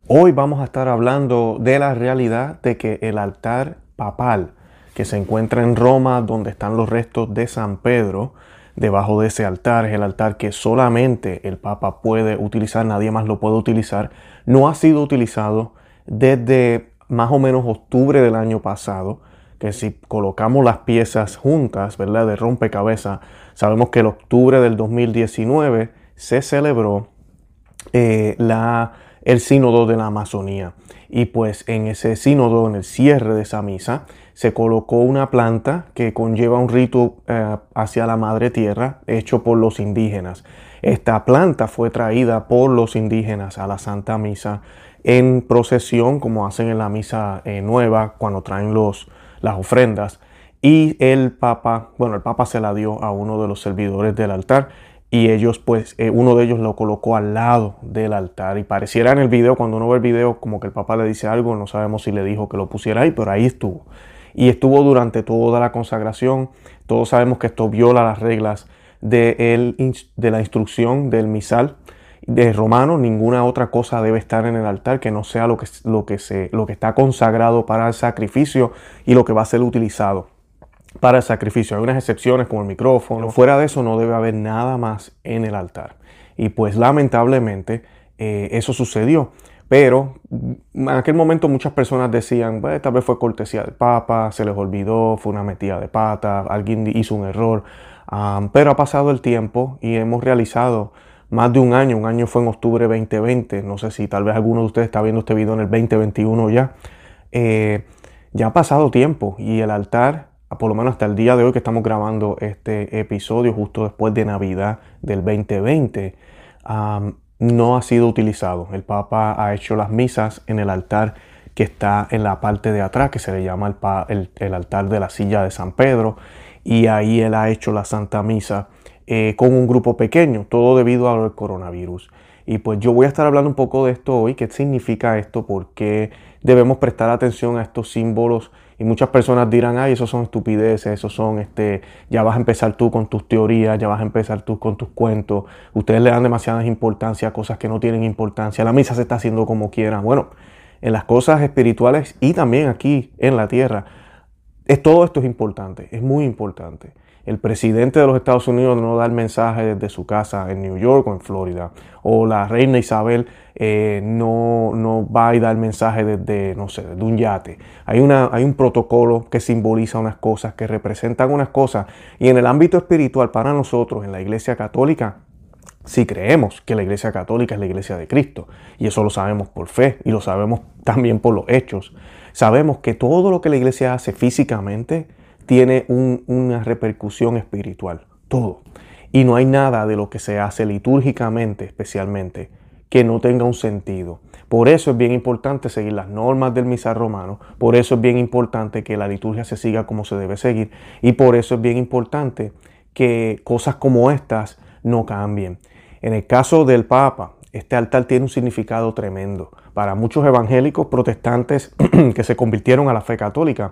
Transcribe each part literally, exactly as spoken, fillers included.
Hoy vamos a estar hablando de la realidad de que el altar papal que se encuentra en Roma, donde están los restos de San Pedro, debajo de ese altar, es el altar que solamente el Papa puede utilizar, nadie más lo puede utilizar, no ha sido utilizado desde más o menos octubre del año pasado, que si colocamos las piezas juntas, ¿verdad?, de rompecabezas, sabemos que en octubre del dos mil diecinueve se celebró eh, la el sínodo de la Amazonía. Y pues en ese sínodo, en el cierre de esa misa, se colocó una planta que conlleva un rito eh, hacia la madre tierra hecho por los indígenas. Esta planta fue traída por los indígenas a la Santa Misa en procesión, como hacen en la misa eh, nueva cuando traen los, las ofrendas. Y el Papa, bueno, el Papa se la dio a uno de los servidores del altar. Y ellos, pues, eh, uno de ellos lo colocó al lado del altar. Y pareciera en el video, cuando uno ve el video, como que el Papa le dice algo. No sabemos si le dijo que lo pusiera ahí, pero ahí estuvo. Y estuvo durante toda la consagración. Todos sabemos que esto viola las reglas de, el, de la instrucción del misal de romano. Ninguna otra cosa debe estar en el altar que no sea lo que, lo que, se, lo que está consagrado para el sacrificio y lo que va a ser utilizado para el sacrificio. Hay unas excepciones como el micrófono. Fuera de eso no debe haber nada más en el altar. Y pues lamentablemente eh, eso sucedió. Pero en aquel momento muchas personas decían, bueno, tal vez fue cortesía del Papa, se les olvidó, fue una metida de pata, alguien hizo un error. Um, pero ha pasado el tiempo y hemos realizado más de un año. Un año fue en octubre veinte veinte. No sé si tal vez alguno de ustedes está viendo este video en el veinte veintiuno ya. Eh, ya ha pasado tiempo y el altar, por lo menos hasta el día de hoy que estamos grabando este episodio, justo después de Navidad del veinte veinte, um, no ha sido utilizado. El Papa ha hecho las misas en el altar que está en la parte de atrás, que se le llama el, pa, el, el altar de la silla de San Pedro, y ahí él ha hecho la Santa Misa eh, con un grupo pequeño, todo debido al coronavirus. Y pues yo voy a estar hablando un poco de esto hoy, qué significa esto, por qué debemos prestar atención a estos símbolos. Y muchas personas dirán, ay, esos son estupideces, esos son, este, ya vas a empezar tú con tus teorías, ya vas a empezar tú con tus cuentos. Ustedes le dan demasiada importancia a cosas que no tienen importancia. La misa se está haciendo como quiera. Bueno, en las cosas espirituales y también aquí en la tierra, es, todo esto es importante, es muy importante. El presidente de los Estados Unidos no da el mensaje desde su casa en New York o en Florida. O la reina Isabel eh, no, no va y da el mensaje desde, no sé, desde un yate. Hay, una, hay un protocolo que simboliza unas cosas, que representan unas cosas. Y en el ámbito espiritual, para nosotros, en la Iglesia Católica, sí creemos que la Iglesia Católica es la Iglesia de Cristo. Y eso lo sabemos por fe y lo sabemos también por los hechos. Sabemos que todo lo que la Iglesia hace físicamente tiene un, una repercusión espiritual, todo. Y no hay nada de lo que se hace litúrgicamente, especialmente, que no tenga un sentido. Por eso es bien importante seguir las normas del misal romano, por eso es bien importante que la liturgia se siga como se debe seguir, y por eso es bien importante que cosas como estas no cambien. En el caso del Papa, este altar tiene un significado tremendo. Para muchos evangélicos protestantes que se convirtieron a la fe católica,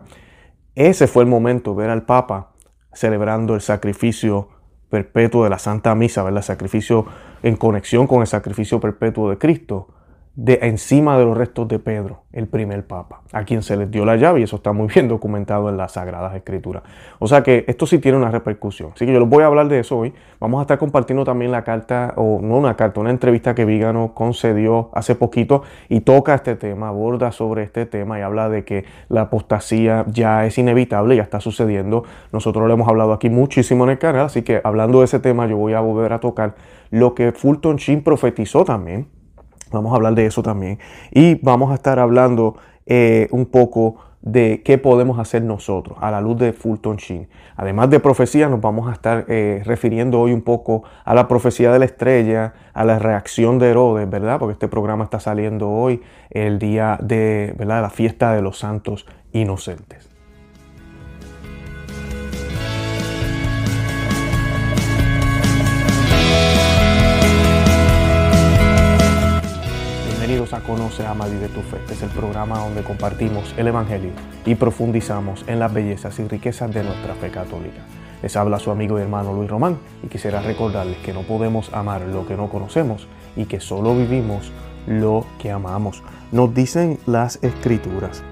ese fue el momento, ver al Papa celebrando el sacrificio perpetuo de la Santa Misa, ver el sacrificio en conexión con el sacrificio perpetuo de Cristo, de encima de los restos de Pedro, el primer Papa, a quien se les dio la llave, y eso está muy bien documentado en las Sagradas Escrituras. O sea que esto sí tiene una repercusión. Así que yo les voy a hablar de eso hoy. Vamos a estar compartiendo también la carta, o no una carta, una entrevista que Vígano concedió hace poquito y toca este tema, aborda sobre este tema y habla de que la apostasía ya es inevitable, ya está sucediendo. Nosotros lo hemos hablado aquí muchísimo en el canal, así que hablando de ese tema yo voy a volver a tocar lo que Fulton Sheen profetizó también. Vamos a hablar de eso también. Y vamos a estar hablando eh, un poco de qué podemos hacer nosotros a la luz de Fulton Sheen. Además de profecía, nos vamos a estar eh, refiriendo hoy un poco a la profecía de la estrella, a la reacción de Herodes, ¿verdad? Porque este programa está saliendo hoy, el día de, ¿verdad?, la fiesta de los santos inocentes. Bienvenidos a Conoce, Ama, Vive tu Fe. Este es el programa donde compartimos el Evangelio y profundizamos en las bellezas y riquezas de nuestra fe católica. Les habla su amigo y hermano Luis Román y quisiera recordarles que no podemos amar lo que no conocemos y que solo vivimos lo que amamos. Nos dicen las Escrituras.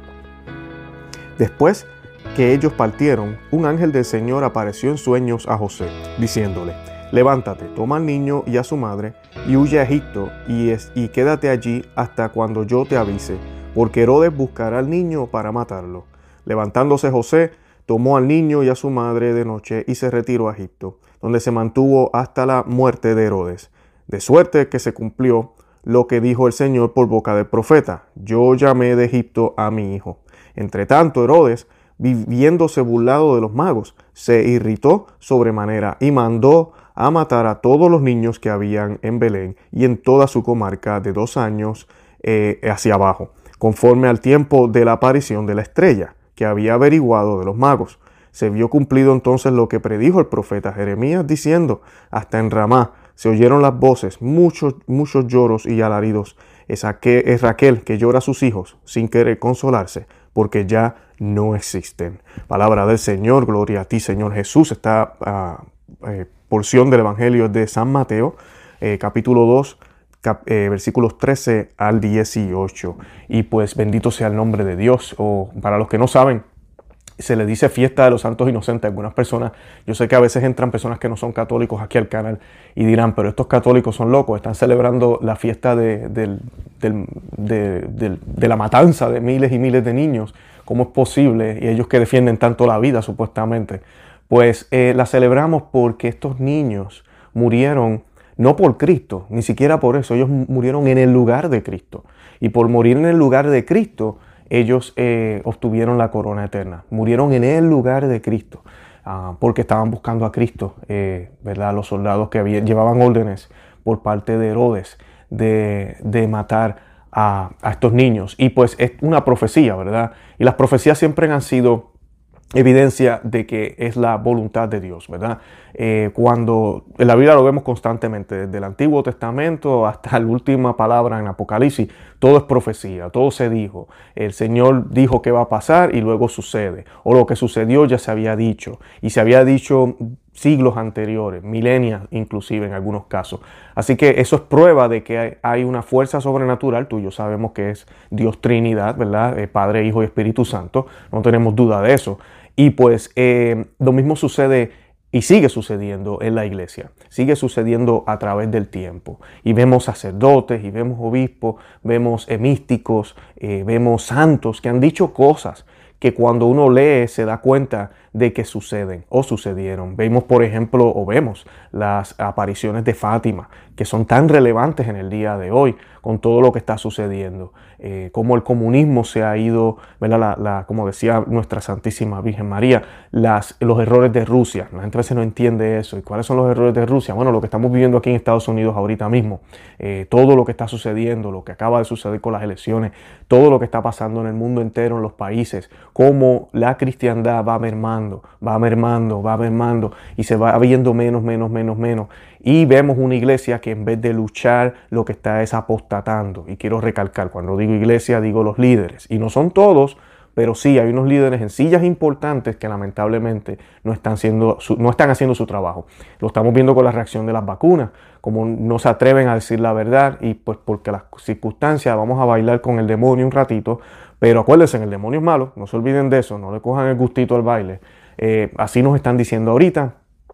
Después que ellos partieron, un ángel del Señor apareció en sueños a José, diciéndole: levántate, toma al niño y a su madre, y huye a Egipto, y, es, y quédate allí hasta cuando yo te avise, porque Herodes buscará al niño para matarlo. Levantándose José, tomó al niño y a su madre de noche y se retiró a Egipto, donde se mantuvo hasta la muerte de Herodes. De suerte que se cumplió lo que dijo el Señor por boca del profeta: yo llamé de Egipto a mi hijo. Entre tanto, Herodes, viéndose burlado de los magos, se irritó sobremanera y mandó a matar a todos los niños que habían en Belén y en toda su comarca de dos años eh, hacia abajo, conforme al tiempo de la aparición de la estrella que había averiguado de los magos. Se vio cumplido entonces lo que predijo el profeta Jeremías, diciendo: hasta en Ramá se oyeron las voces, muchos, muchos lloros y alaridos. Es, aquel, es Raquel que llora a sus hijos sin querer consolarse, porque ya no existen. Palabra del Señor, gloria a ti, Señor Jesús. Esta uh, eh, porción del Evangelio es de San Mateo, eh, capítulo dos, cap, eh, versículos trece al dieciocho. Y pues bendito sea el nombre de Dios. O para los que no saben, se le dice fiesta de los santos inocentes. Algunas personas, yo sé que a veces entran personas que no son católicos aquí al canal y dirán: pero estos católicos son locos, están celebrando la fiesta de, de, de, de, de, de la matanza de miles y miles de niños. ¿Cómo es posible? Y ellos que defienden tanto la vida, supuestamente. Pues eh, la celebramos porque estos niños murieron no por Cristo, ni siquiera por eso. Ellos murieron en el lugar de Cristo. Y por morir en el lugar de Cristo, ellos eh, obtuvieron la corona eterna. Murieron en el lugar de Cristo, uh, porque estaban buscando a Cristo, eh, ¿verdad? Los soldados que había, llevaban órdenes por parte de Herodes de, de matar a, a estos niños. Y pues es una profecía, ¿verdad? Y las profecías siempre han sido evidencia de que es la voluntad de Dios, ¿verdad? Eh, cuando en la Biblia lo vemos constantemente, desde el Antiguo Testamento hasta la última palabra en Apocalipsis, todo es profecía, todo se dijo. El Señor dijo que va a pasar y luego sucede, o lo que sucedió ya se había dicho, y se había dicho siglos anteriores, milenios inclusive en algunos casos. Así que eso es prueba de que hay, hay una fuerza sobrenatural. Tú y yo sabemos que es Dios Trinidad, ¿verdad? Eh, Padre, Hijo y Espíritu Santo, no tenemos duda de eso. Y pues eh, lo mismo sucede y sigue sucediendo en la iglesia, sigue sucediendo a través del tiempo. Y vemos sacerdotes, y vemos obispos, vemos eh, místicos, eh, vemos santos que han dicho cosas que cuando uno lee se da cuenta de que suceden o sucedieron. Vemos, por ejemplo, o vemos las apariciones de Fátima, que son tan relevantes en el día de hoy con todo lo que está sucediendo. Eh, cómo el comunismo se ha ido, ¿verdad? La, la, como decía nuestra Santísima Virgen María, las, los errores de Rusia. La gente a veces no entiende eso. ¿Y cuáles son los errores de Rusia? Bueno, lo que estamos viviendo aquí en Estados Unidos ahorita mismo, eh, todo lo que está sucediendo, lo que acaba de suceder con las elecciones, todo lo que está pasando en el mundo entero, en los países, cómo la cristiandad va mermando, va mermando, va mermando y se va viendo menos, menos, menos, menos. Y vemos una iglesia que en vez de luchar, lo que está es apostatando. Y quiero recalcar, cuando digo iglesia, digo los líderes. Y no son todos, pero sí hay unos líderes en sillas importantes que lamentablemente no están, siendo, no están haciendo su trabajo. Lo estamos viendo con la reacción de las vacunas, como no se atreven a decir la verdad y pues porque las circunstancias, vamos a bailar con el demonio un ratito. Pero acuérdense, el demonio es malo, no se olviden de eso, no le cojan el gustito al baile. Eh, así nos están diciendo ahorita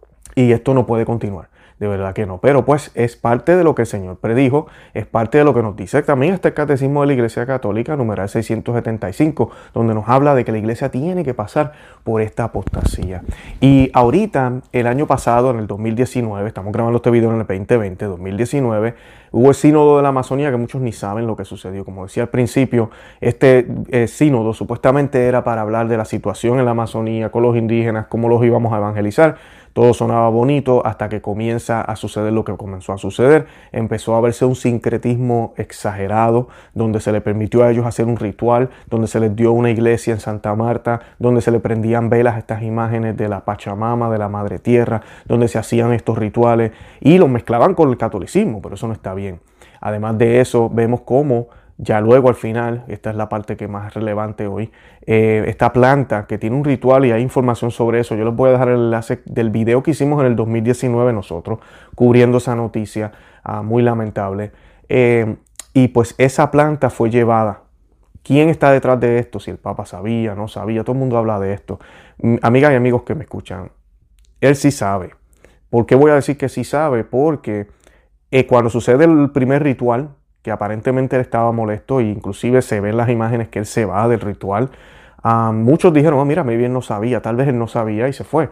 y esto no puede continuar. De verdad que no, pero pues es parte de lo que el Señor predijo, es parte de lo que nos dice también este Catecismo de la Iglesia Católica, numeral seiscientos setenta y cinco, donde nos habla de que la Iglesia tiene que pasar por esta apostasía. Y ahorita, el año pasado, en el dos mil diecinueve, estamos grabando este video en el veinte veinte, dos mil diecinueve, hubo el sínodo de la Amazonía, que muchos ni saben lo que sucedió. Como decía al principio, este eh, sínodo supuestamente era para hablar de la situación en la Amazonía con los indígenas, cómo los íbamos a evangelizar. Todo sonaba bonito hasta que comienza a suceder lo que comenzó a suceder. Empezó a verse un sincretismo exagerado, donde se le permitió a ellos hacer un ritual, donde se les dio una iglesia en Santa Marta, donde se le prendían velas a estas imágenes de la Pachamama, de la Madre Tierra, donde se hacían estos rituales y los mezclaban con el catolicismo, pero eso no está bien. Además de eso, vemos cómo ya luego al final, esta es la parte que más es relevante hoy, eh, esta planta que tiene un ritual y hay información sobre eso. Yo les voy a dejar el enlace del video que hicimos en el dos mil diecinueve nosotros, cubriendo esa noticia uh, muy lamentable. Eh, Y pues esa planta fue llevada. ¿Quién está detrás de esto? Si el Papa sabía, no sabía, todo el mundo habla de esto. Amigas y amigos que me escuchan, él sí sabe. ¿Por qué voy a decir que sí sabe? Porque eh, cuando sucede el primer ritual, que aparentemente él estaba molesto, e inclusive se ven las imágenes que él se va del ritual, uh, muchos dijeron, oh, mira, maybe él no sabía, tal vez él no sabía y se fue.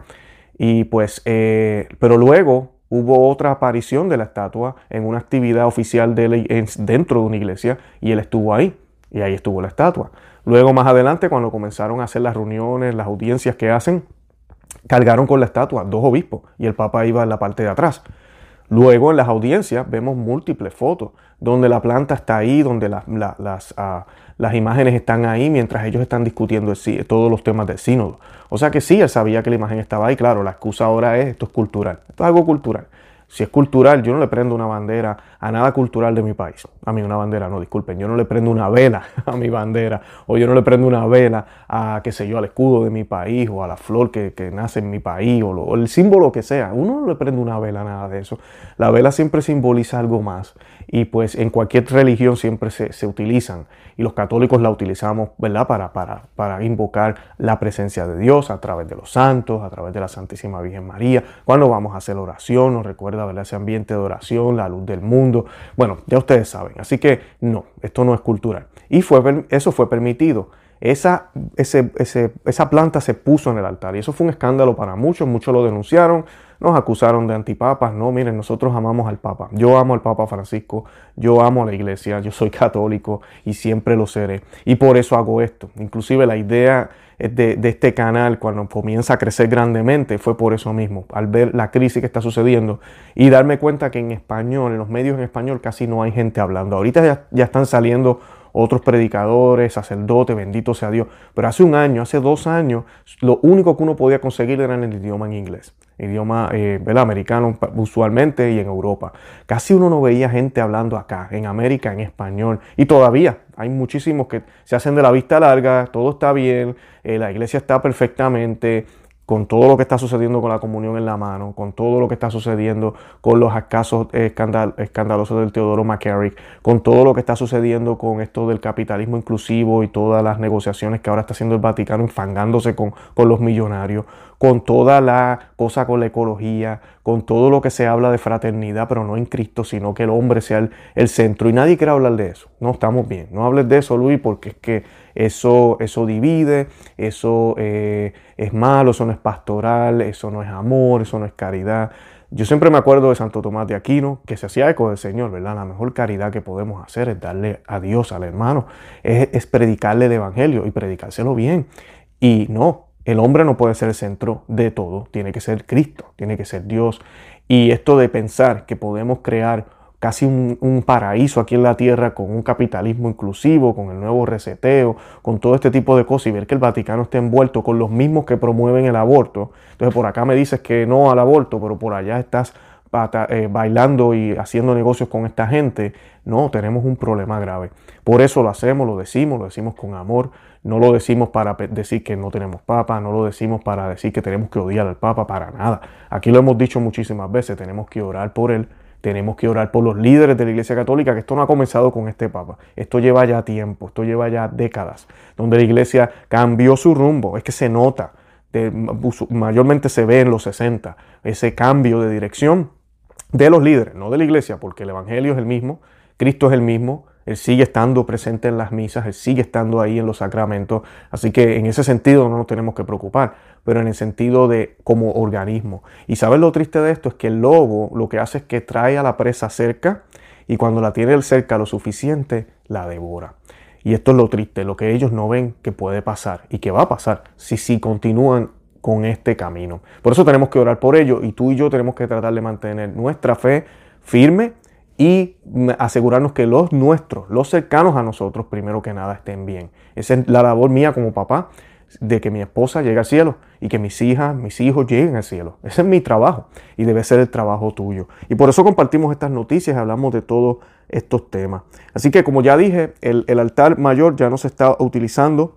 Y pues, eh, pero luego hubo otra aparición de la estatua en una actividad oficial de él en, dentro de una iglesia y él estuvo ahí. Y ahí estuvo la estatua. Luego, más adelante, cuando comenzaron a hacer las reuniones, las audiencias que hacen, cargaron con la estatua dos obispos y el Papa iba en la parte de atrás. Luego, en las audiencias, vemos múltiples fotos donde la planta está ahí, donde la, la, las, uh, las imágenes están ahí mientras ellos están discutiendo el, todos los temas del sínodo. O sea que sí, él sabía que la imagen estaba ahí. Claro, la excusa ahora es, esto es cultural. Esto es algo cultural. Si es cultural, yo no le prendo una bandera a nada cultural de mi país. A mí una bandera, no, disculpen. Yo no le prendo una vela a mi bandera. O yo no le prendo una vela a, qué sé yo, al escudo de mi país o a la flor que, que nace en mi país o, lo, o el símbolo que sea. Uno no le prende una vela a nada de eso. La vela siempre simboliza algo más. Y pues en cualquier religión siempre se, se utilizan. Y los católicos la utilizamos, ¿verdad? Para, para, para invocar la presencia de Dios a través de los santos, a través de la Santísima Virgen María. Cuando vamos a hacer oración, nos recuerda, ¿verdad?, ese ambiente de oración, la luz del mundo. Bueno, ya ustedes saben. Así que no, esto no es cultural. Y fue, eso fue permitido. Esa, ese, ese, esa planta se puso en el altar y eso fue un escándalo para muchos. Muchos lo denunciaron, nos acusaron de antipapas. No, miren, nosotros amamos al Papa. Yo amo al Papa Francisco, yo amo a la iglesia, yo soy católico y siempre lo seré. Y por eso hago esto. Inclusive la idea de, de este canal, cuando comienza a crecer grandemente, fue por eso mismo. Al ver la crisis que está sucediendo y darme cuenta que en español, en los medios en español, casi no hay gente hablando. Ahorita ya, ya están saliendo otros predicadores, sacerdotes, bendito sea Dios. Pero hace un año, hace dos años, lo único que uno podía conseguir era en el idioma en inglés. Idioma eh, ¿verdad? Americano usualmente y en Europa. Casi uno no veía gente hablando acá, en América, en español. Y todavía hay muchísimos que se hacen de la vista larga, todo está bien, eh, la iglesia está perfectamente, con todo lo que está sucediendo con la comunión en la mano, con todo lo que está sucediendo con los casos escandal, escandalosos del Teodoro McCarrick, con todo lo que está sucediendo con esto del capitalismo inclusivo y todas las negociaciones que ahora está haciendo el Vaticano enfangándose con, con los millonarios, con toda la cosa con la ecología, con todo lo que se habla de fraternidad, pero no en Cristo, sino que el hombre sea el, el centro. Y nadie quiere hablar de eso. No, estamos bien. No hables de eso, Luis, porque es que eso, eso divide, eso eh, es malo, eso no es pastoral, eso no es amor, eso no es caridad. Yo siempre me acuerdo de Santo Tomás de Aquino, que se hacía eco del Señor, ¿verdad? La mejor caridad que podemos hacer es darle a Dios, al hermano, es, es predicarle el evangelio y predicárselo bien. Y no, el hombre no puede ser el centro de todo, tiene que ser Cristo, tiene que ser Dios. Y esto de pensar que podemos crear casi un, un paraíso aquí en la tierra con un capitalismo inclusivo, con el nuevo reseteo, con todo este tipo de cosas y ver que el Vaticano esté envuelto con los mismos que promueven el aborto. Entonces por acá me dices que no al aborto, pero por allá estás eh, bailando y haciendo negocios con esta gente. No, tenemos un problema grave. Por eso lo hacemos, lo decimos, lo decimos con amor. No lo decimos para decir que no tenemos papa, no lo decimos para decir que tenemos que odiar al papa, para nada. Aquí lo hemos dicho muchísimas veces, tenemos que orar por él. Tenemos que orar por los líderes de la Iglesia Católica, que esto no ha comenzado con este Papa. Esto lleva ya tiempo, esto lleva ya décadas, donde la Iglesia cambió su rumbo. Es que se nota, de, mayormente se ve en los sesenta, ese cambio de dirección de los líderes, no de la Iglesia, porque el Evangelio es el mismo, Cristo es el mismo, Él sigue estando presente en las misas, Él sigue estando ahí en los sacramentos. Así que en ese sentido no nos tenemos que preocupar, pero en el sentido de como organismo. Y ¿sabes lo triste de esto? Es que el lobo lo que hace es que trae a la presa cerca y cuando la tiene cerca lo suficiente, la devora. Y esto es lo triste, lo que ellos no ven que puede pasar y que va a pasar si, si continúan con este camino. Por eso tenemos que orar por ellos y tú y yo tenemos que tratar de mantener nuestra fe firme y asegurarnos que los nuestros, los cercanos a nosotros, primero que nada, estén bien. Esa es la labor mía como papá, de que mi esposa llegue al cielo y que mis hijas, mis hijos lleguen al cielo. Ese es mi trabajo y debe ser el trabajo tuyo. Y por eso compartimos estas noticias, hablamos de todos estos temas. Así que como ya dije, el, el altar mayor ya no se está utilizando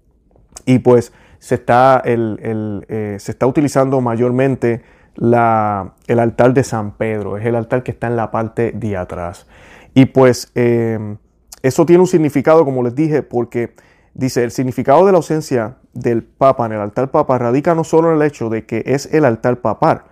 y pues se está, el, el, eh, se está utilizando mayormente La, el altar de San Pedro, es el altar que está en la parte de atrás. Y pues eh, eso tiene un significado, como les dije, porque dice, el significado de la ausencia del Papa en el altar papal radica no solo en el hecho de que es el altar papal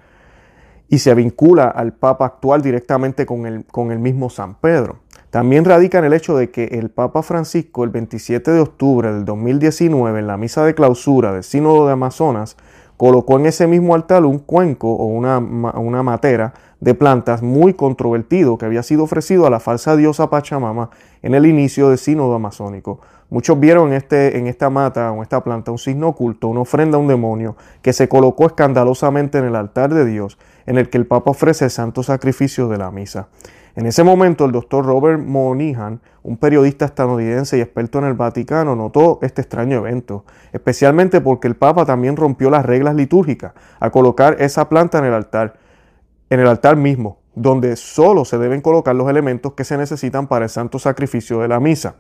y se vincula al Papa actual directamente con el, con el mismo San Pedro. También radica en el hecho de que el Papa Francisco, el veintisiete de octubre del dos mil diecinueve, en la misa de clausura del Sínodo de Amazonas, colocó en ese mismo altar un cuenco o una, una matera de plantas muy controvertido que había sido ofrecido a la falsa diosa Pachamama en el inicio del sínodo amazónico. Muchos vieron en, este, en esta mata o en esta planta un signo oculto, una ofrenda a un demonio que se colocó escandalosamente en el altar de Dios, en el que el Papa ofrece el santo sacrificio de la misa. En ese momento, el doctor Robert Monihan, un periodista estadounidense y experto en el Vaticano, notó este extraño evento, especialmente porque el Papa también rompió las reglas litúrgicas al colocar esa planta en el altar, en el altar mismo, donde solo se deben colocar los elementos que se necesitan para el santo sacrificio de la misa.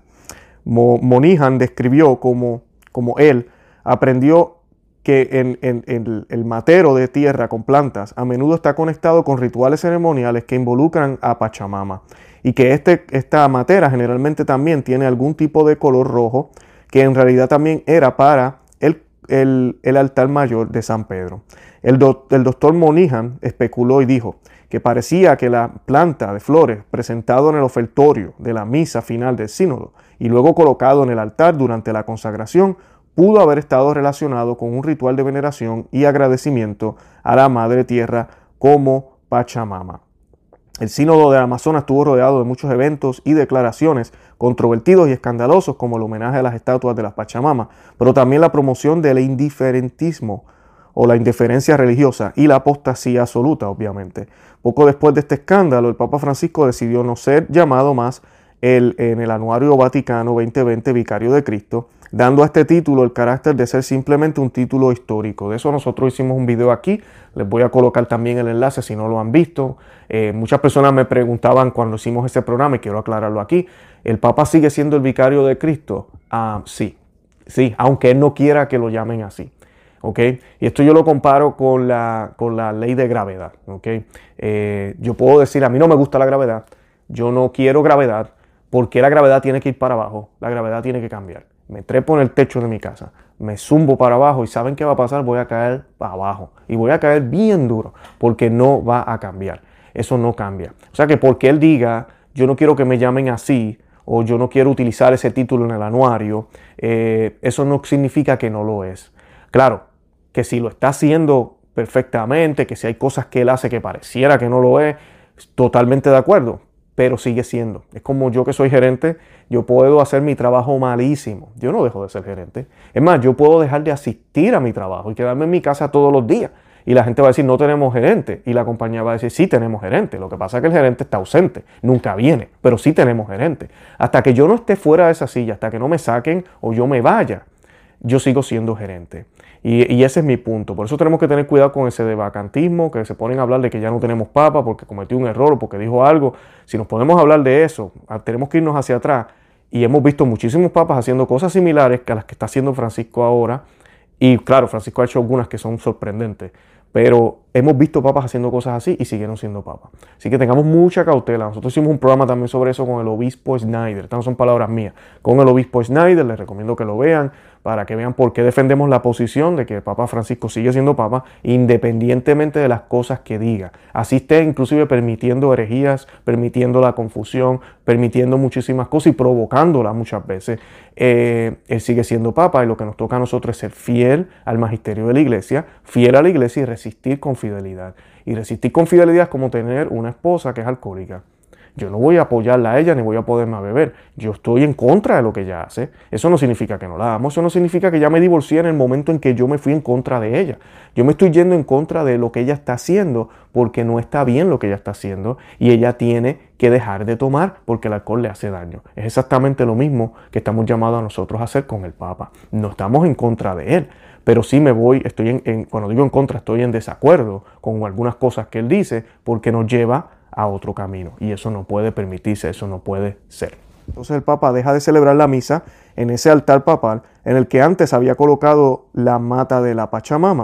Monihan describió como, como él aprendió que en, en, en el matero de tierra con plantas a menudo está conectado con rituales ceremoniales que involucran a Pachamama y que este, esta matera generalmente también tiene algún tipo de color rojo que en realidad también era para el, el, el altar mayor de San Pedro. El, do, el doctor Monihan especuló y dijo que parecía que la planta de flores presentado en el ofertorio de la misa final del sínodo y luego colocado en el altar durante la consagración pudo haber estado relacionado con un ritual de veneración y agradecimiento a la Madre Tierra como Pachamama. El sínodo de Amazonas estuvo rodeado de muchos eventos y declaraciones controvertidos y escandalosos como el homenaje a las estatuas de las Pachamama, pero también la promoción del indiferentismo o la indiferencia religiosa y la apostasía absoluta, obviamente. Poco después de este escándalo, el Papa Francisco decidió no ser llamado más el, en el Anuario Vaticano veinte veinte Vicario de Cristo, dando a este título el carácter de ser simplemente un título histórico. De eso nosotros hicimos un video aquí, les voy a colocar también el enlace si no lo han visto. Eh, muchas personas me preguntaban cuando hicimos ese programa, y quiero aclararlo aquí, ¿el Papa sigue siendo el Vicario de Cristo? Ah, sí, sí, aunque él no quiera que lo llamen así. ¿Okay? Y esto yo lo comparo con la, con la ley de gravedad. ¿Okay? Eh, yo puedo decir, a mí no me gusta la gravedad, yo no quiero gravedad, porque la gravedad tiene que ir para abajo, la gravedad tiene que cambiar. Me trepo en el techo de mi casa, me zumbo para abajo y ¿saben qué va a pasar? Voy a caer para abajo y voy a caer bien duro porque no va a cambiar. Eso no cambia. O sea que porque él diga, yo no quiero que me llamen así o yo no quiero utilizar ese título en el anuario, eh, eso no significa que no lo es. Claro, que si lo está haciendo perfectamente, que si hay cosas que él hace que pareciera que no lo es, totalmente de acuerdo. Pero sigue siendo. Es como yo que soy gerente, yo puedo hacer mi trabajo malísimo. Yo no dejo de ser gerente. Es más, yo puedo dejar de asistir a mi trabajo y quedarme en mi casa todos los días. Y la gente va a decir, no tenemos gerente. Y la compañía va a decir, sí tenemos gerente. Lo que pasa es que el gerente está ausente, nunca viene, pero sí tenemos gerente. Hasta que yo no esté fuera de esa silla, hasta que no me saquen o yo me vaya, yo sigo siendo gerente. Y, y ese es mi punto. Por eso tenemos que tener cuidado con ese de vacantismo, que se ponen a hablar de que ya no tenemos papa porque cometió un error o porque dijo algo. Si nos podemos hablar de eso, tenemos que irnos hacia atrás. Y hemos visto muchísimos papas haciendo cosas similares a las que está haciendo Francisco ahora. Y claro, Francisco ha hecho algunas que son sorprendentes. Pero hemos visto papas haciendo cosas así y siguieron siendo papas. Así que tengamos mucha cautela. Nosotros hicimos un programa también sobre eso con el obispo Schneider. Estas no son palabras mías. Con el obispo Schneider, les recomiendo que lo vean para que vean por qué defendemos la posición de que el Papa Francisco sigue siendo papa independientemente de las cosas que diga. Así esté inclusive permitiendo herejías, permitiendo la confusión, permitiendo muchísimas cosas y provocándolas muchas veces. Eh, él sigue siendo papa y lo que nos toca a nosotros es ser fiel al magisterio de la iglesia, fiel a la iglesia y resistir con fidelidad. Y resistir con fidelidad es como tener una esposa que es alcohólica. Yo no voy a apoyarla a ella ni voy a poderme a beber. Yo estoy en contra de lo que ella hace. Eso no significa que no la amo. Eso no significa que ya me divorcié en el momento en que yo me fui en contra de ella. Yo me estoy yendo en contra de lo que ella está haciendo porque no está bien lo que ella está haciendo y ella tiene que dejar de tomar porque el alcohol le hace daño. Es exactamente lo mismo que estamos llamados a nosotros a hacer con el Papa. No estamos en contra de él, pero sí me voy, estoy en, en, cuando digo en contra, estoy en desacuerdo con algunas cosas que él dice porque nos lleva a otro camino y eso no puede permitirse, eso no puede ser. Entonces el Papa deja de celebrar la misa en ese altar papal en el que antes había colocado la mata de la Pachamama.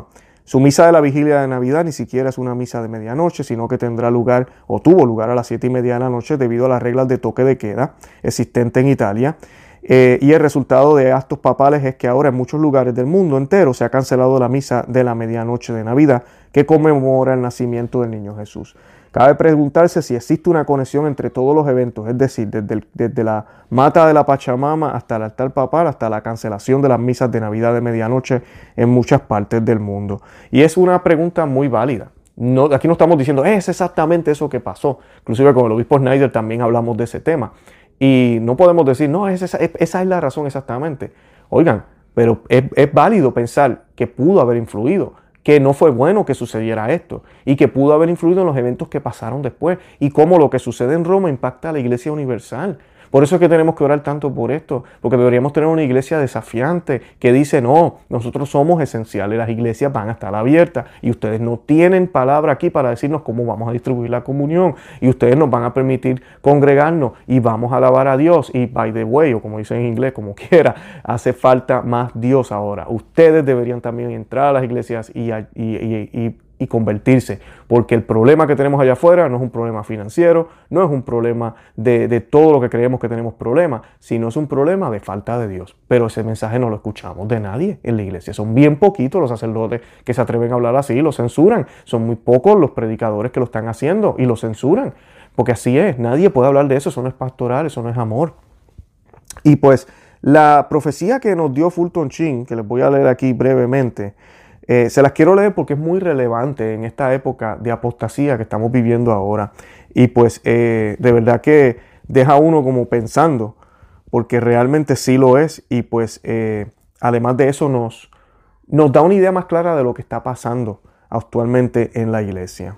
Su misa de la vigilia de Navidad ni siquiera es una misa de medianoche, sino que tendrá lugar o tuvo lugar a las siete y media de la noche debido a las reglas de toque de queda existentes en Italia. Eh, y el resultado de actos papales es que ahora en muchos lugares del mundo entero se ha cancelado la misa de la medianoche de Navidad que conmemora el nacimiento del niño Jesús. Cabe preguntarse si existe una conexión entre todos los eventos, es decir, desde, el, desde la mata de la Pachamama hasta el altar papal, hasta la cancelación de las misas de Navidad de medianoche en muchas partes del mundo. Y es una pregunta muy válida. No, aquí no estamos diciendo, es exactamente eso que pasó. Inclusive con el obispo Schneider también hablamos de ese tema. Y no podemos decir, no, esa, esa es la razón exactamente. Oigan, pero es, es válido pensar que pudo haber influido, que no fue bueno que sucediera esto y que pudo haber influido en los eventos que pasaron después y cómo lo que sucede en Roma impacta a la Iglesia Universal. Por eso es que tenemos que orar tanto por esto, porque deberíamos tener una iglesia desafiante que dice, no, nosotros somos esenciales, las iglesias van a estar abiertas y ustedes no tienen palabra aquí para decirnos cómo vamos a distribuir la comunión y ustedes nos van a permitir congregarnos y vamos a alabar a Dios y by the way, o como dicen en inglés, como quiera, hace falta más Dios ahora. Ustedes deberían también entrar a las iglesias y, y, y, y y convertirse, porque el problema que tenemos allá afuera no es un problema financiero, no es un problema de, de todo lo que creemos que tenemos problemas, sino es un problema de falta de Dios. Pero ese mensaje no lo escuchamos de nadie en la iglesia. Son bien poquitos los sacerdotes que se atreven a hablar así, lo censuran. Son muy pocos los predicadores que lo están haciendo y lo censuran, porque así es, nadie puede hablar de eso, eso no es pastoral, eso no es amor. Y pues la profecía que nos dio Fulton Sheen, que les voy a leer aquí brevemente, Eh, se las quiero leer porque es muy relevante en esta época de apostasía que estamos viviendo ahora. Y pues eh, de verdad que deja a uno como pensando, porque realmente sí lo es. Y pues eh, además de eso nos, nos da una idea más clara de lo que está pasando actualmente en la iglesia.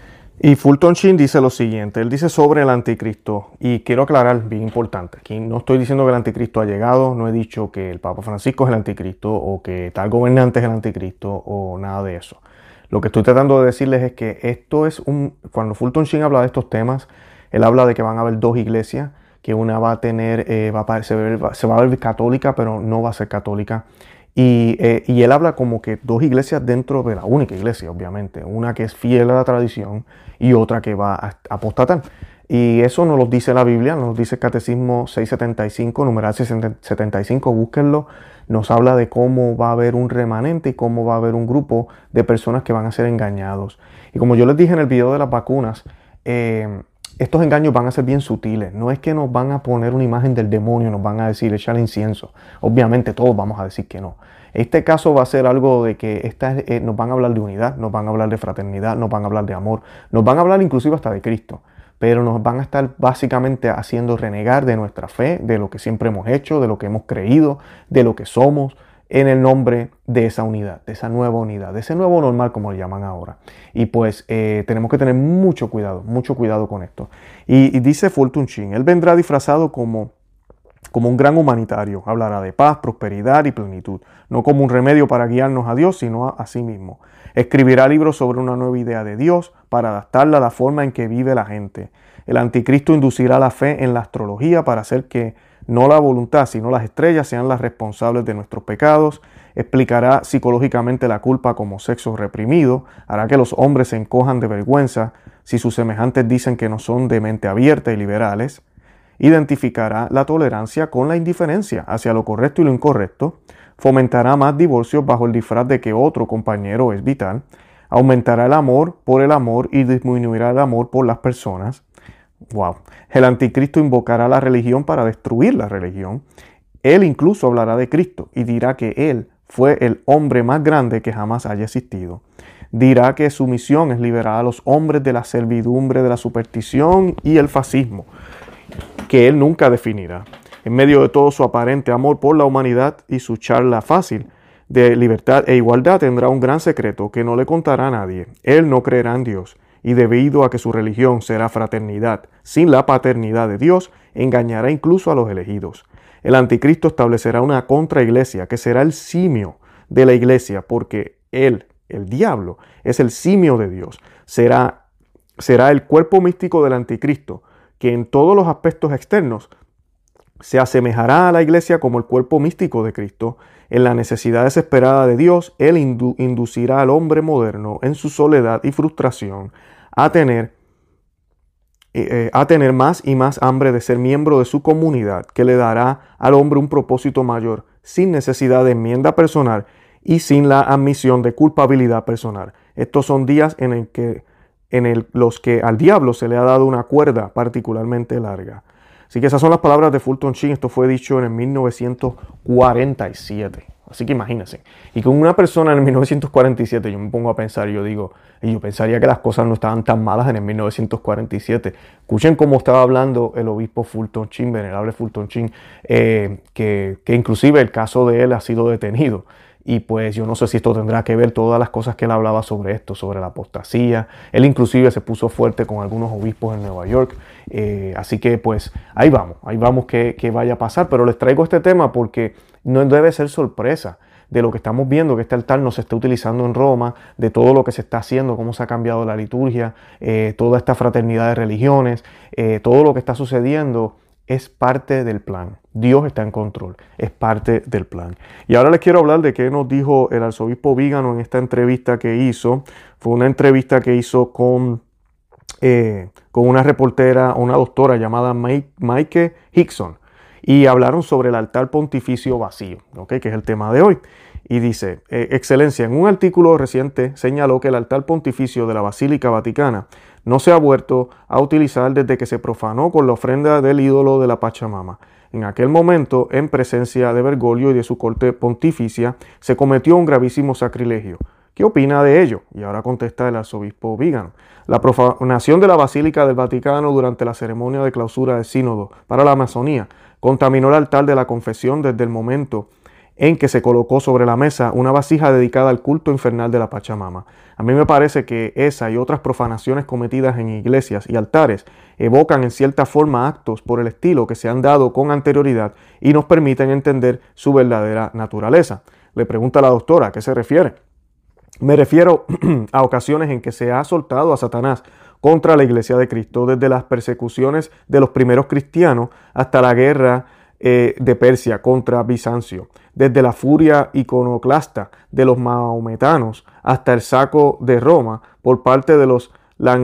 Y Fulton Sheen dice lo siguiente, él dice sobre el anticristo, y quiero aclarar, bien importante, aquí no estoy diciendo que el anticristo ha llegado, no he dicho que el Papa Francisco es el anticristo o que tal gobernante es el anticristo o nada de eso. Lo que estoy tratando de decirles es que esto es un, cuando Fulton Sheen habla de estos temas, él habla de que van a haber dos iglesias, que una va a tener, eh, va a, se, va, se va a ver católica, pero no va a ser católica. Y, eh, y él habla como que dos iglesias dentro de la única iglesia, obviamente. Una que es fiel a la tradición y otra que va a apostatar. Y eso nos lo dice la Biblia, nos lo dice el Catecismo seiscientos setenta y cinco, numeral seiscientos setenta y cinco, búsquenlo. Nos habla de cómo va a haber un remanente y cómo va a haber un grupo de personas que van a ser engañados. Y como yo les dije en el video de las vacunas, eh, estos engaños van a ser bien sutiles. No es que nos van a poner una imagen del demonio, nos van a decir, echar incienso. Obviamente todos vamos a decir que no. Este caso va a ser algo de que esta, eh, nos van a hablar de unidad, nos van a hablar de fraternidad, nos van a hablar de amor, nos van a hablar inclusive hasta de Cristo. Pero nos van a estar básicamente haciendo renegar de nuestra fe, de lo que siempre hemos hecho, de lo que hemos creído, de lo que somos, en el nombre de esa unidad, de esa nueva unidad, de ese nuevo normal como le llaman ahora. Y pues eh, tenemos que tener mucho cuidado, mucho cuidado con esto. Y, y dice Fulton Sheen, él vendrá disfrazado como, como un gran humanitario, hablará de paz, prosperidad y plenitud, no como un remedio para guiarnos a Dios, sino a, a sí mismo. Escribirá libros sobre una nueva idea de Dios para adaptarla a la forma en que vive la gente. El anticristo inducirá la fe en la astrología para hacer que no la voluntad, sino las estrellas sean las responsables de nuestros pecados. Explicará psicológicamente la culpa como sexo reprimido. Hará que los hombres se encojan de vergüenza si sus semejantes dicen que no son de mente abierta y liberales. Identificará la tolerancia con la indiferencia hacia lo correcto y lo incorrecto. Fomentará más divorcios bajo el disfraz de que otro compañero es vital. Aumentará el amor por el amor y disminuirá el amor por las personas. Wow. El anticristo invocará la religión para destruir la religión. Él incluso hablará de Cristo y dirá que Él fue el hombre más grande que jamás haya existido. Dirá que su misión es liberar a los hombres de la servidumbre, de la superstición y el fascismo, que Él nunca definirá. En medio de todo su aparente amor por la humanidad y su charla fácil de libertad e igualdad, tendrá un gran secreto que no le contará a nadie. Él no creerá en Dios. Y debido a que su religión será fraternidad sin la paternidad de Dios, engañará incluso a los elegidos. El anticristo establecerá una contraiglesia que será el simio de la iglesia, porque él, el diablo, es el simio de Dios. Será, será el cuerpo místico del anticristo, que en todos los aspectos externos se asemejará a la iglesia como el cuerpo místico de Cristo. En la necesidad desesperada de Dios, Él indu- inducirá al hombre moderno en su soledad y frustración a tener, eh, a tener más y más hambre de ser miembro de su comunidad, que le dará al hombre un propósito mayor, sin necesidad de enmienda personal y sin la admisión de culpabilidad personal. Estos son días en, el que, en el, los que al diablo se le ha dado una cuerda particularmente larga. Así que esas son las palabras de Fulton Sheen. Esto fue dicho en el mil novecientos cuarenta y siete. Así que imagínense. Y con una persona en el mil novecientos cuarenta y siete, yo me pongo a pensar, yo digo, y yo pensaría que las cosas no estaban tan malas en el mil novecientos cuarenta y siete. Escuchen cómo estaba hablando el obispo Fulton Sheen, venerable Fulton Sheen, eh, que, que inclusive el caso de él ha sido detenido. Y pues yo no sé si esto tendrá que ver todas las cosas que él hablaba sobre esto, sobre la apostasía. Él inclusive se puso fuerte con algunos obispos en Nueva York. Eh, así que pues ahí vamos, ahí vamos que, que vaya a pasar. Pero les traigo este tema porque no debe ser sorpresa de lo que estamos viendo, que este altar no se está utilizando en Roma, de todo lo que se está haciendo, cómo se ha cambiado la liturgia, eh, toda esta fraternidad de religiones, eh, todo lo que está sucediendo. Es parte del plan. Dios está en control. Es parte del plan. Y ahora les quiero hablar de qué nos dijo el arzobispo Vígano en esta entrevista que hizo. Fue una entrevista que hizo con, eh, con una reportera, una doctora llamada Mike Hickson. Y hablaron sobre el altar pontificio vacío, ¿okay? Que es el tema de hoy. Y dice, eh, Excelencia, en un artículo reciente señaló que el altar pontificio de la Basílica Vaticana no se ha vuelto a utilizar desde que se profanó con la ofrenda del ídolo de la Pachamama. En aquel momento, en presencia de Bergoglio y de su corte pontificia, se cometió un gravísimo sacrilegio. ¿Qué opina de ello? Y ahora contesta el arzobispo Vígano. La profanación de la Basílica del Vaticano durante la ceremonia de clausura del sínodo para la Amazonía contaminó el altar de la confesión desde el momento en que se colocó sobre la mesa una vasija dedicada al culto infernal de la Pachamama. A mí me parece que esa y otras profanaciones cometidas en iglesias y altares evocan en cierta forma actos por el estilo que se han dado con anterioridad y nos permiten entender su verdadera naturaleza. Le pregunta a la doctora, ¿a qué se refiere? Me refiero a ocasiones en que se ha soltado a Satanás contra la Iglesia de Cristo, desde las persecuciones de los primeros cristianos hasta la guerra eh, de Persia contra Bizancio, desde la furia iconoclasta de los maometanos hasta el saco de Roma por parte de los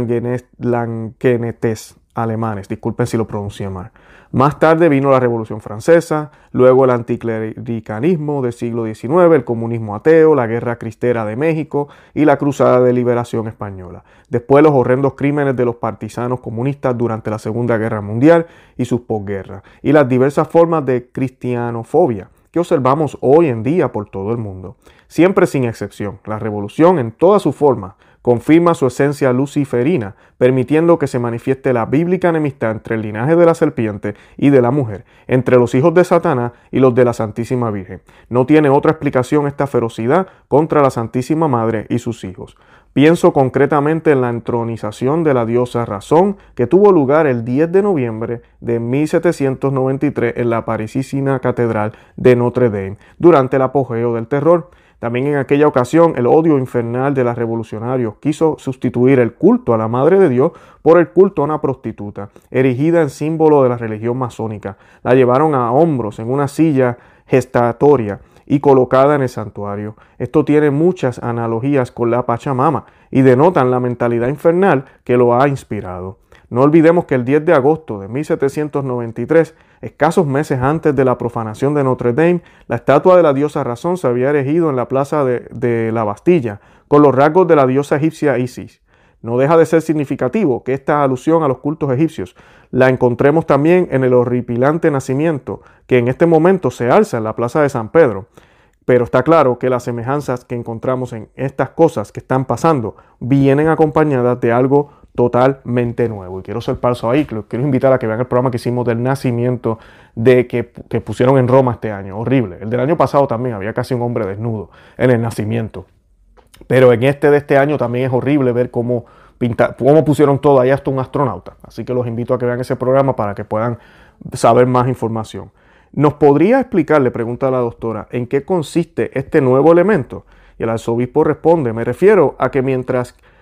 languenetes alemanes. Disculpen si lo pronuncié mal. Más tarde vino la Revolución Francesa, luego el anticlericalismo del siglo diecinueve, el comunismo ateo, la Guerra Cristera de México y la Cruzada de Liberación Española. Después los horrendos crímenes de los partisanos comunistas durante la Segunda Guerra Mundial y sus posguerras, y las diversas formas de cristianofobia que observamos hoy en día por todo el mundo. Siempre sin excepción, la revolución en todas sus formas confirma su esencia luciferina, permitiendo que se manifieste la bíblica enemistad entre el linaje de la serpiente y de la mujer, entre los hijos de Satanás y los de la Santísima Virgen. No tiene otra explicación esta ferocidad contra la Santísima Madre y sus hijos. Pienso concretamente en la entronización de la diosa Razón, que tuvo lugar el diez de noviembre de mil setecientos noventa y tres en la parisina Catedral de Notre Dame, durante el apogeo del terror. También en aquella ocasión el odio infernal de los revolucionarios quiso sustituir el culto a la Madre de Dios por el culto a una prostituta, erigida en símbolo de la religión masónica. La llevaron a hombros en una silla gestatoria y colocada en el santuario. Esto tiene muchas analogías con la Pachamama y denotan la mentalidad infernal que lo ha inspirado. No olvidemos que el diez de agosto de mil setecientos noventa y tres, escasos meses antes de la profanación de Notre Dame, la estatua de la diosa Razón se había erigido en la plaza de, de la Bastilla, con los rasgos de la diosa egipcia Isis. No deja de ser significativo que esta alusión a los cultos egipcios la encontremos también en el horripilante nacimiento que en este momento se alza en la plaza de San Pedro. Pero está claro que las semejanzas que encontramos en estas cosas que están pasando vienen acompañadas de algo totalmente nuevo. Y quiero ser falso ahí, los quiero invitar a que vean el programa que hicimos del nacimiento de que, que pusieron en Roma este año. Horrible. El del año pasado también había casi un hombre desnudo en el nacimiento. Pero en este de este año también es horrible ver cómo, pinta, cómo pusieron todo ahí hasta un astronauta. Así que los invito a que vean ese programa para que puedan saber más información. ¿Nos podría explicar, le pregunta a la doctora, en qué consiste este nuevo elemento? Y el arzobispo responde, me refiero a que mientras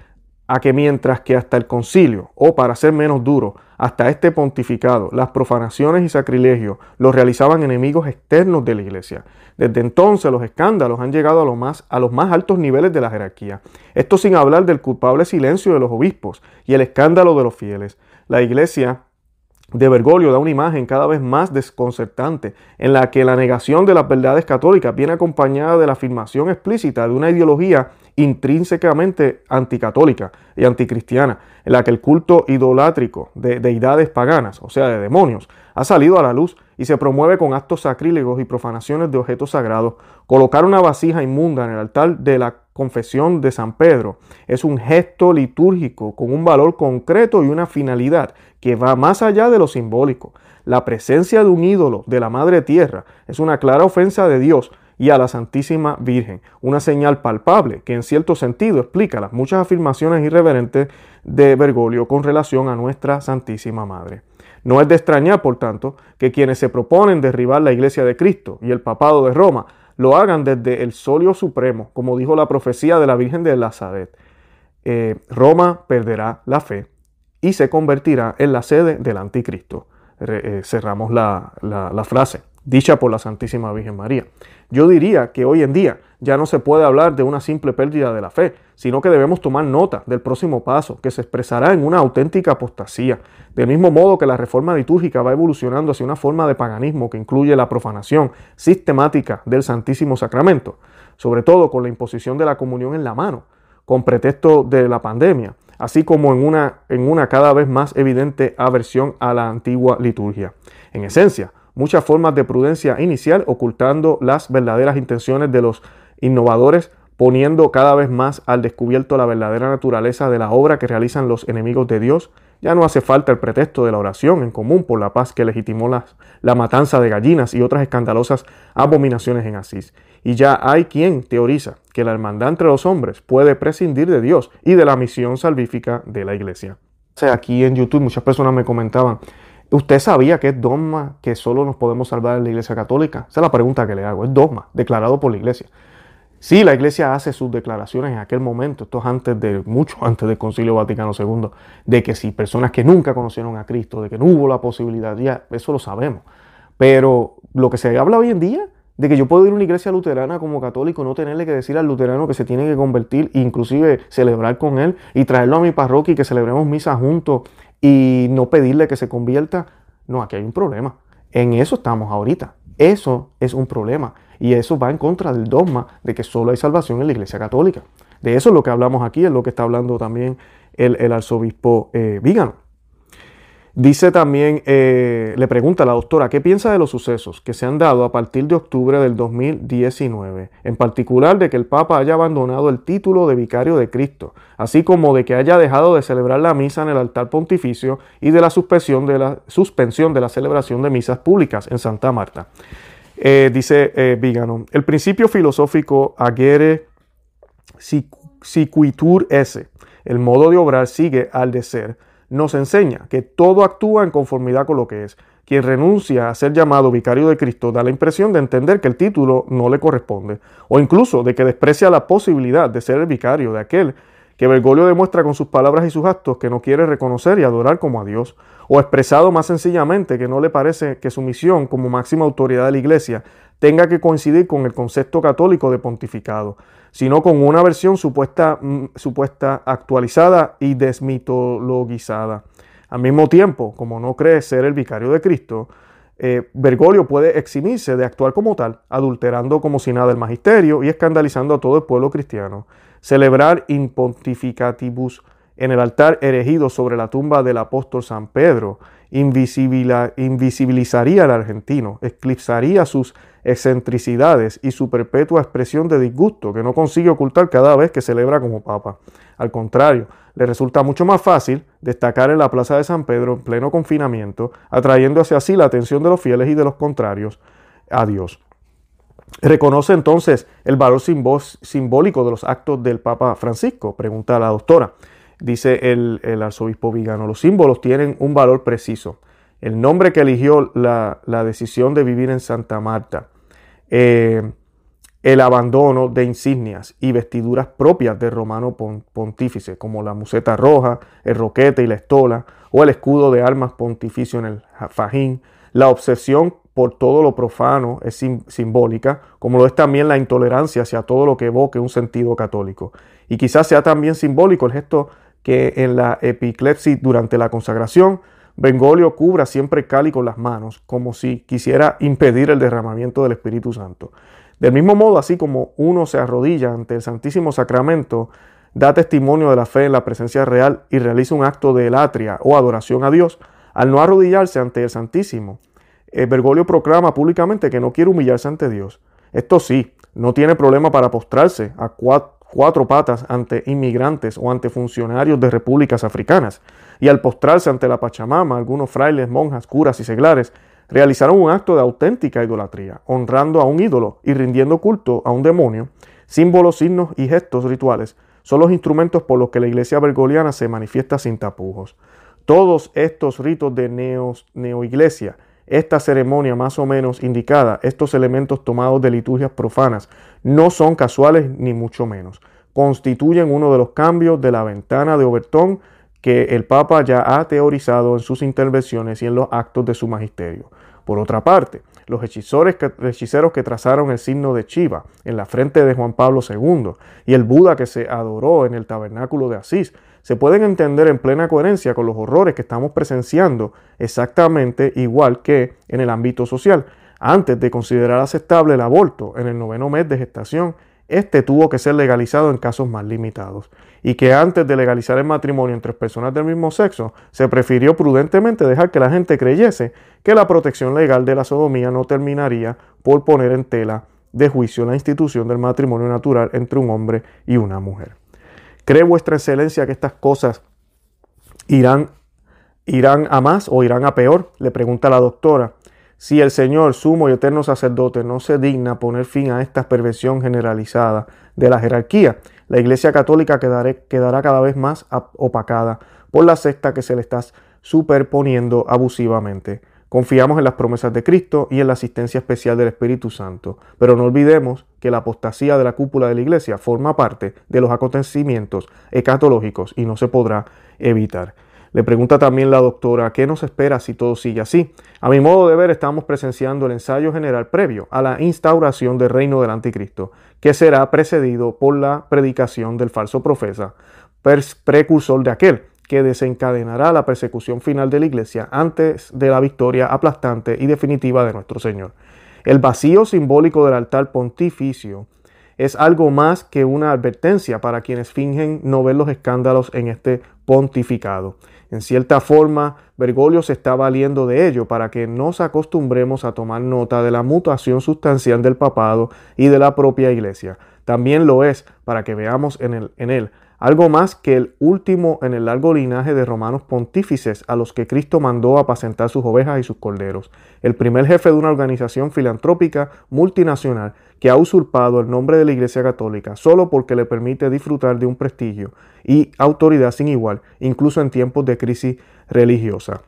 a que mientras que hasta el concilio, o para ser menos duro, hasta este pontificado, las profanaciones y sacrilegios los realizaban enemigos externos de la iglesia. Desde entonces los escándalos han llegado a, lo más, a los más altos niveles de la jerarquía. Esto sin hablar del culpable silencio de los obispos y el escándalo de los fieles. La iglesia de Bergoglio da una imagen cada vez más desconcertante, en la que la negación de las verdades católicas viene acompañada de la afirmación explícita de una ideología intrínsecamente anticatólica y anticristiana, en la que el culto idolátrico de deidades paganas, o sea, de demonios, ha salido a la luz y se promueve con actos sacrílegos y profanaciones de objetos sagrados. Colocar una vasija inmunda en el altar de la confesión de San Pedro es un gesto litúrgico con un valor concreto y una finalidad que va más allá de lo simbólico. La presencia de un ídolo de la Madre Tierra es una clara ofensa de Dios y a la Santísima Virgen, una señal palpable que en cierto sentido explica las muchas afirmaciones irreverentes de Bergoglio con relación a nuestra Santísima Madre. No es de extrañar, por tanto, que quienes se proponen derribar la Iglesia de Cristo y el Papado de Roma lo hagan desde el solio supremo, como dijo la profecía de la Virgen de Nazaret. Eh, Roma perderá la fe y se convertirá en la sede del anticristo. Eh, cerramos la, la, la frase, dicha por la Santísima Virgen María. Yo diría que hoy en día ya no se puede hablar de una simple pérdida de la fe, sino que debemos tomar nota del próximo paso, que se expresará en una auténtica apostasía. Del mismo modo que la reforma litúrgica va evolucionando hacia una forma de paganismo que incluye la profanación sistemática del Santísimo Sacramento, sobre todo con la imposición de la comunión en la mano, con pretexto de la pandemia, así como en una, en una cada vez más evidente aversión a la antigua liturgia. En esencia, muchas formas de prudencia inicial ocultando las verdaderas intenciones de los innovadores, poniendo cada vez más al descubierto la verdadera naturaleza de la obra que realizan los enemigos de Dios. Ya no hace falta el pretexto de la oración en común por la paz que legitimó la, la matanza de gallinas y otras escandalosas abominaciones en Asís. Y ya hay quien teoriza que la hermandad entre los hombres puede prescindir de Dios y de la misión salvífica de la Iglesia. O sea, aquí en YouTube muchas personas me comentaban, ¿usted sabía que es dogma que solo nos podemos salvar en la Iglesia Católica? Esa es la pregunta que le hago. Es dogma, declarado por la Iglesia. Sí, la Iglesia hace sus declaraciones en aquel momento, esto es antes de, mucho antes del Concilio Vaticano segundo, de que si personas que nunca conocieron a Cristo, de que no hubo la posibilidad, ya eso lo sabemos. Pero lo que se habla hoy en día, de que yo puedo ir a una iglesia luterana como católico, no tenerle que decir al luterano que se tiene que convertir, inclusive celebrar con él y traerlo a mi parroquia y que celebremos misa juntos y no pedirle que se convierta. No, aquí hay un problema. En eso estamos ahorita. Eso es un problema. Y eso va en contra del dogma de que solo hay salvación en la Iglesia Católica. De eso es lo que hablamos aquí, es lo que está hablando también el, el arzobispo eh, Vígano. Dice también, eh, le pregunta a la doctora, ¿qué piensa de los sucesos que se han dado a partir de octubre del dos mil diecinueve? En particular de que el Papa haya abandonado el título de vicario de Cristo, así como de que haya dejado de celebrar la misa en el altar pontificio y de la suspensión de la, suspensión de la celebración de misas públicas en Santa Marta. Eh, dice eh, Vígano, el principio filosófico agere sequitur esse, el modo de obrar sigue al de ser, nos enseña que todo actúa en conformidad con lo que es. Quien renuncia a ser llamado vicario de Cristo da la impresión de entender que el título no le corresponde, o incluso de que desprecia la posibilidad de ser el vicario de aquel que Bergoglio demuestra con sus palabras y sus actos que no quiere reconocer y adorar como a Dios, o expresado más sencillamente que no le parece que su misión como máxima autoridad de la Iglesia tenga que coincidir con el concepto católico de pontificado, sino con una versión supuesta, mm, supuesta actualizada y desmitologizada. Al mismo tiempo, como no cree ser el vicario de Cristo, eh, Bergoglio puede eximirse de actuar como tal, adulterando como si nada el magisterio y escandalizando a todo el pueblo cristiano. Celebrar in pontificatibus en el altar erigido sobre la tumba del apóstol San Pedro invisibilizaría al argentino, eclipsaría sus excentricidades y su perpetua expresión de disgusto que no consigue ocultar cada vez que celebra como papa. Al contrario, le resulta mucho más fácil destacar en la plaza de San Pedro en pleno confinamiento, atrayendo hacia sí la atención de los fieles y de los contrarios a Dios. ¿Reconoce entonces el valor simbólico de los actos del Papa Francisco? Pregunta la doctora. Dice el, el arzobispo Vígano, los símbolos tienen un valor preciso. El nombre que eligió la, la decisión de vivir en Santa Marta, eh, el abandono de insignias y vestiduras propias del romano pontífice, como la museta roja, el roquete y la estola, o el escudo de armas pontificio en el fajín. La obsesión por todo lo profano es sim simbólica, como lo es también la intolerancia hacia todo lo que evoque un sentido católico. Y quizás sea también simbólico el gesto que en la epiclepsis durante la consagración, Bergoglio cubra siempre el cáliz con las manos, como si quisiera impedir el derramamiento del Espíritu Santo. Del mismo modo, así como uno se arrodilla ante el Santísimo Sacramento, da testimonio de la fe en la presencia real y realiza un acto de latria o adoración a Dios, al no arrodillarse ante el Santísimo, eh, Bergoglio proclama públicamente que no quiere humillarse ante Dios. Esto sí, no tiene problema para postrarse a cuatro, cuatro patas ante inmigrantes o ante funcionarios de repúblicas africanas, y al postrarse ante la Pachamama, algunos frailes, monjas, curas y seglares realizaron un acto de auténtica idolatría, honrando a un ídolo y rindiendo culto a un demonio. Símbolos, signos y gestos rituales son los instrumentos por los que la iglesia bergogliana se manifiesta sin tapujos. Todos estos ritos de neos, neoiglesia, esta ceremonia más o menos indicada, estos elementos tomados de liturgias profanas, no son casuales ni mucho menos. Constituyen uno de los cambios de la ventana de Overton que el Papa ya ha teorizado en sus intervenciones y en los actos de su magisterio. Por otra parte, los hechiceros que trazaron el signo de Shiva en la frente de Juan Pablo segundo y el Buda que se adoró en el tabernáculo de Asís se pueden entender en plena coherencia con los horrores que estamos presenciando exactamente igual que en el ámbito social. Antes de considerar aceptable el aborto en el noveno mes de gestación, este tuvo que ser legalizado en casos más limitados, y que antes de legalizar el matrimonio entre personas del mismo sexo, se prefirió prudentemente dejar que la gente creyese que la protección legal de la sodomía no terminaría por poner en tela de juicio la institución del matrimonio natural entre un hombre y una mujer. ¿Cree vuestra excelencia que estas cosas irán, irán a más o irán a peor?, le pregunta la doctora. Si el Señor, sumo y eterno sacerdote, no se digna poner fin a esta perversión generalizada de la jerarquía, la Iglesia Católica quedaré, quedará cada vez más opacada por la secta que se le está superponiendo abusivamente. Confiamos en las promesas de Cristo y en la asistencia especial del Espíritu Santo, pero no olvidemos que la apostasía de la cúpula de la Iglesia forma parte de los acontecimientos escatológicos y no se podrá evitar. Le pregunta también la doctora, ¿qué nos espera si todo sigue así? A mi modo de ver, estamos presenciando el ensayo general previo a la instauración del reino del anticristo, que será precedido por la predicación del falso profeta, precursor de aquel que desencadenará la persecución final de la iglesia antes de la victoria aplastante y definitiva de nuestro Señor. El vacío simbólico del altar pontificio es algo más que una advertencia para quienes fingen no ver los escándalos en este pontificado. En cierta forma, Bergoglio se está valiendo de ello para que nos acostumbremos a tomar nota de la mutación sustancial del papado y de la propia iglesia. También lo es para que veamos en, el, en él algo más que el último en el largo linaje de romanos pontífices a los que Cristo mandó apacentar sus ovejas y sus corderos. El primer jefe de una organización filantrópica multinacional que ha usurpado el nombre de la Iglesia Católica solo porque le permite disfrutar de un prestigio y autoridad sin igual, incluso en tiempos de crisis religiosa.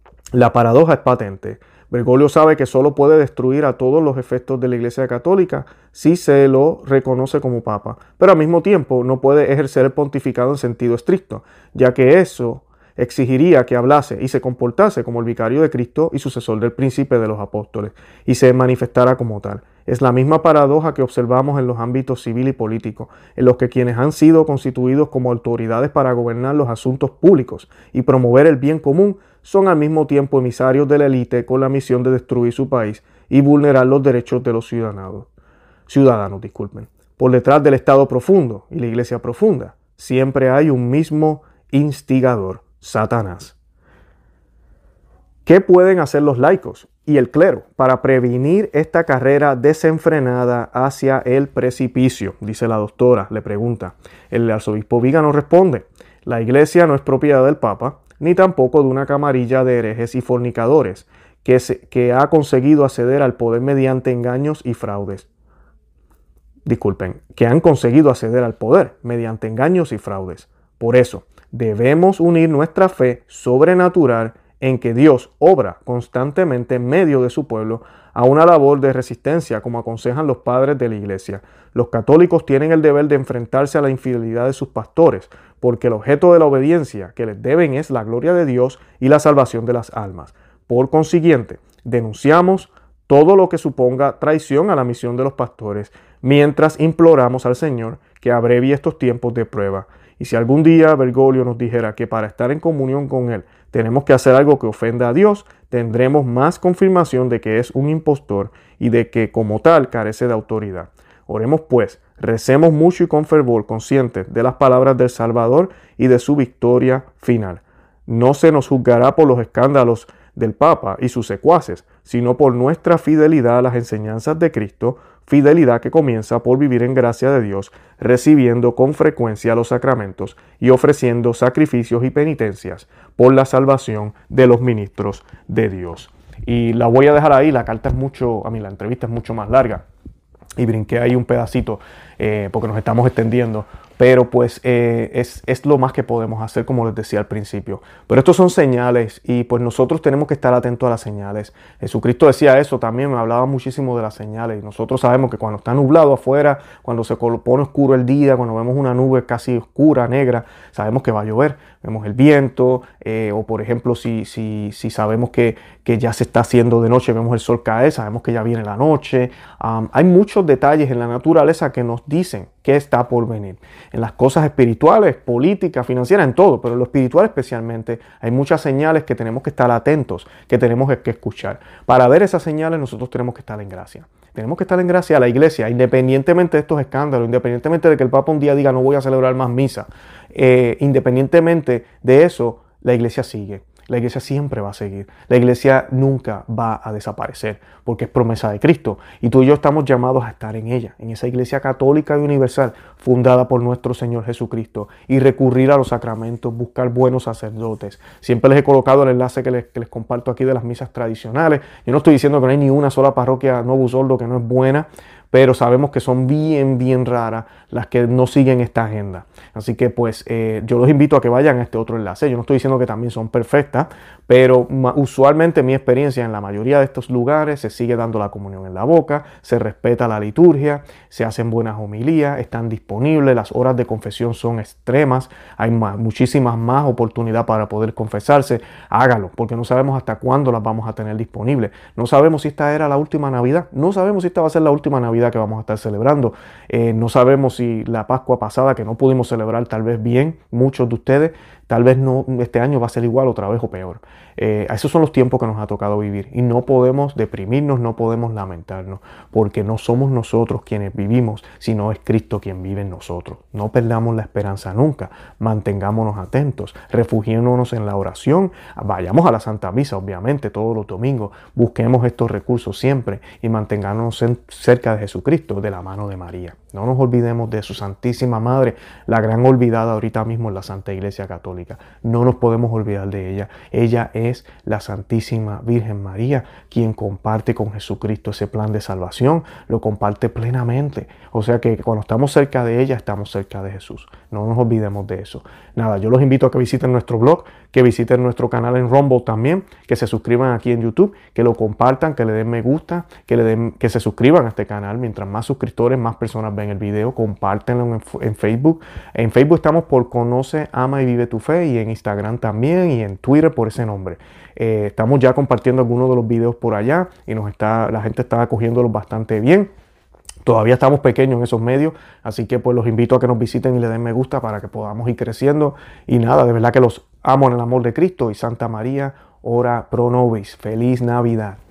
La paradoja es patente. Bergoglio sabe que solo puede destruir a todos los efectos de la Iglesia Católica si se lo reconoce como papa, pero al mismo tiempo no puede ejercer el pontificado en sentido estricto, ya que eso exigiría que hablase y se comportase como el vicario de Cristo y sucesor del príncipe de los apóstoles, y se manifestara como tal. Es la misma paradoja que observamos en los ámbitos civil y político, en los que quienes han sido constituidos como autoridades para gobernar los asuntos públicos y promover el bien común son al mismo tiempo emisarios de la élite con la misión de destruir su país y vulnerar los derechos de los ciudadanos. Ciudadanos, disculpen. Por detrás del Estado profundo y la Iglesia profunda, siempre hay un mismo instigador, Satanás. ¿Qué pueden hacer los laicos y el clero para prevenir esta carrera desenfrenada hacia el precipicio? Dice la doctora, le pregunta. El arzobispo Vígano responde, la Iglesia no es propiedad del Papa, ni tampoco de una camarilla de herejes y fornicadores que, se, que ha conseguido acceder al poder mediante engaños y fraudes. Disculpen, que han conseguido acceder al poder mediante engaños y fraudes. Por eso, debemos unir nuestra fe sobrenatural en que Dios obra constantemente en medio de su pueblo a una labor de resistencia, como aconsejan los padres de la iglesia. Los católicos tienen el deber de enfrentarse a la infidelidad de sus pastores, porque el objeto de la obediencia que les deben es la gloria de Dios y la salvación de las almas. Por consiguiente, denunciamos todo lo que suponga traición a la misión de los pastores, mientras imploramos al Señor que abrevie estos tiempos de prueba. Y si algún día Bergoglio nos dijera que para estar en comunión con Él tenemos que hacer algo que ofenda a Dios, tendremos más confirmación de que es un impostor y de que como tal carece de autoridad. Oremos pues, recemos mucho y con fervor, conscientes de las palabras del Salvador y de su victoria final. No se nos juzgará por los escándalos del Papa y sus secuaces, sino por nuestra fidelidad a las enseñanzas de Cristo, fidelidad que comienza por vivir en gracia de Dios, recibiendo con frecuencia los sacramentos y ofreciendo sacrificios y penitencias por la salvación de los ministros de Dios. Y la voy a dejar ahí, la carta es mucho, a mí la entrevista es mucho más larga y brinqué ahí un pedacito eh, porque nos estamos extendiendo. Pero pues eh, es, es lo más que podemos hacer, como les decía al principio. Pero estos son señales y pues nosotros tenemos que estar atentos a las señales. Jesucristo decía eso también, me hablaba muchísimo de las señales. Y nosotros sabemos que cuando está nublado afuera, cuando se pone oscuro el día, cuando vemos una nube casi oscura, negra, sabemos que va a llover. Vemos el viento eh, o por ejemplo si, si, si sabemos que, que ya se está haciendo de noche, vemos el sol caer, sabemos que ya viene la noche. Um, hay muchos detalles en la naturaleza que nos dicen que está por venir. En las cosas espirituales, políticas, financieras, en todo, pero en lo espiritual especialmente, hay muchas señales que tenemos que estar atentos, que tenemos que escuchar. Para ver esas señales nosotros tenemos que estar en gracia. Tenemos que estar en gracia a la iglesia, independientemente de estos escándalos, independientemente de que el Papa un día diga no voy a celebrar más misa. Eh, independientemente de eso, la iglesia sigue. La iglesia siempre va a seguir. La iglesia nunca va a desaparecer porque es promesa de Cristo. Y tú y yo estamos llamados a estar en ella, en esa iglesia católica y universal fundada por nuestro Señor Jesucristo y recurrir a los sacramentos, buscar buenos sacerdotes. Siempre les he colocado el enlace que les, que les comparto aquí de las misas tradicionales. Yo no estoy diciendo que no hay ni una sola parroquia Novus Ordo que no es buena, pero sabemos que son bien, bien raras las que no siguen esta agenda. Así que pues eh, yo los invito a que vayan a este otro enlace. Yo no estoy diciendo que también son perfectas, pero usualmente mi experiencia en la mayoría de estos lugares se sigue dando la comunión en la boca, se respeta la liturgia, se hacen buenas homilías, están disponibles, las horas de confesión son extremas, hay más, muchísimas más oportunidades para poder confesarse. Hágalo, porque no sabemos hasta cuándo las vamos a tener disponibles. No sabemos si esta era la última Navidad, no sabemos si esta va a ser la última Navidad que vamos a estar celebrando. Eh, no sabemos si la Pascua pasada, que no pudimos celebrar tal vez bien, muchos de ustedes, tal vez no, este año va a ser igual otra vez o peor. Eh, esos son los tiempos que nos ha tocado vivir y no podemos deprimirnos, no podemos lamentarnos, porque no somos nosotros quienes vivimos, sino es Cristo quien vive en nosotros. No perdamos la esperanza nunca, mantengámonos atentos, refugiémonos en la oración, vayamos a la Santa Misa, obviamente, todos los domingos, busquemos estos recursos siempre y mantengámonos en, cerca de Jesucristo, de la mano de María. No nos olvidemos de su Santísima Madre, la gran olvidada ahorita mismo en la Santa Iglesia Católica. No nos podemos olvidar de ella. Ella es la Santísima Virgen María, quien comparte con Jesucristo ese plan de salvación, lo comparte plenamente. O sea que cuando estamos cerca de ella, estamos cerca de Jesús. No nos olvidemos de eso. Nada, yo los invito a que visiten nuestro blog, que visiten nuestro canal en Rumble también, que se suscriban aquí en YouTube, que lo compartan, que le den me gusta, que, le den, que se suscriban a este canal. Mientras más suscriptores, más personas ven el video, compártenlo en, en Facebook. En Facebook estamos por Conoce, Ama y Vive tu Fe, y en Instagram también, y en Twitter por ese nombre. Eh, estamos ya compartiendo algunos de los videos por allá y nos está, la gente está acogiéndolos bastante bien. Todavía estamos pequeños en esos medios, así que pues los invito a que nos visiten y le den me gusta para que podamos ir creciendo. Y nada, de verdad que los amo en el amor de Cristo, y Santa María, ora pro nobis. Feliz Navidad.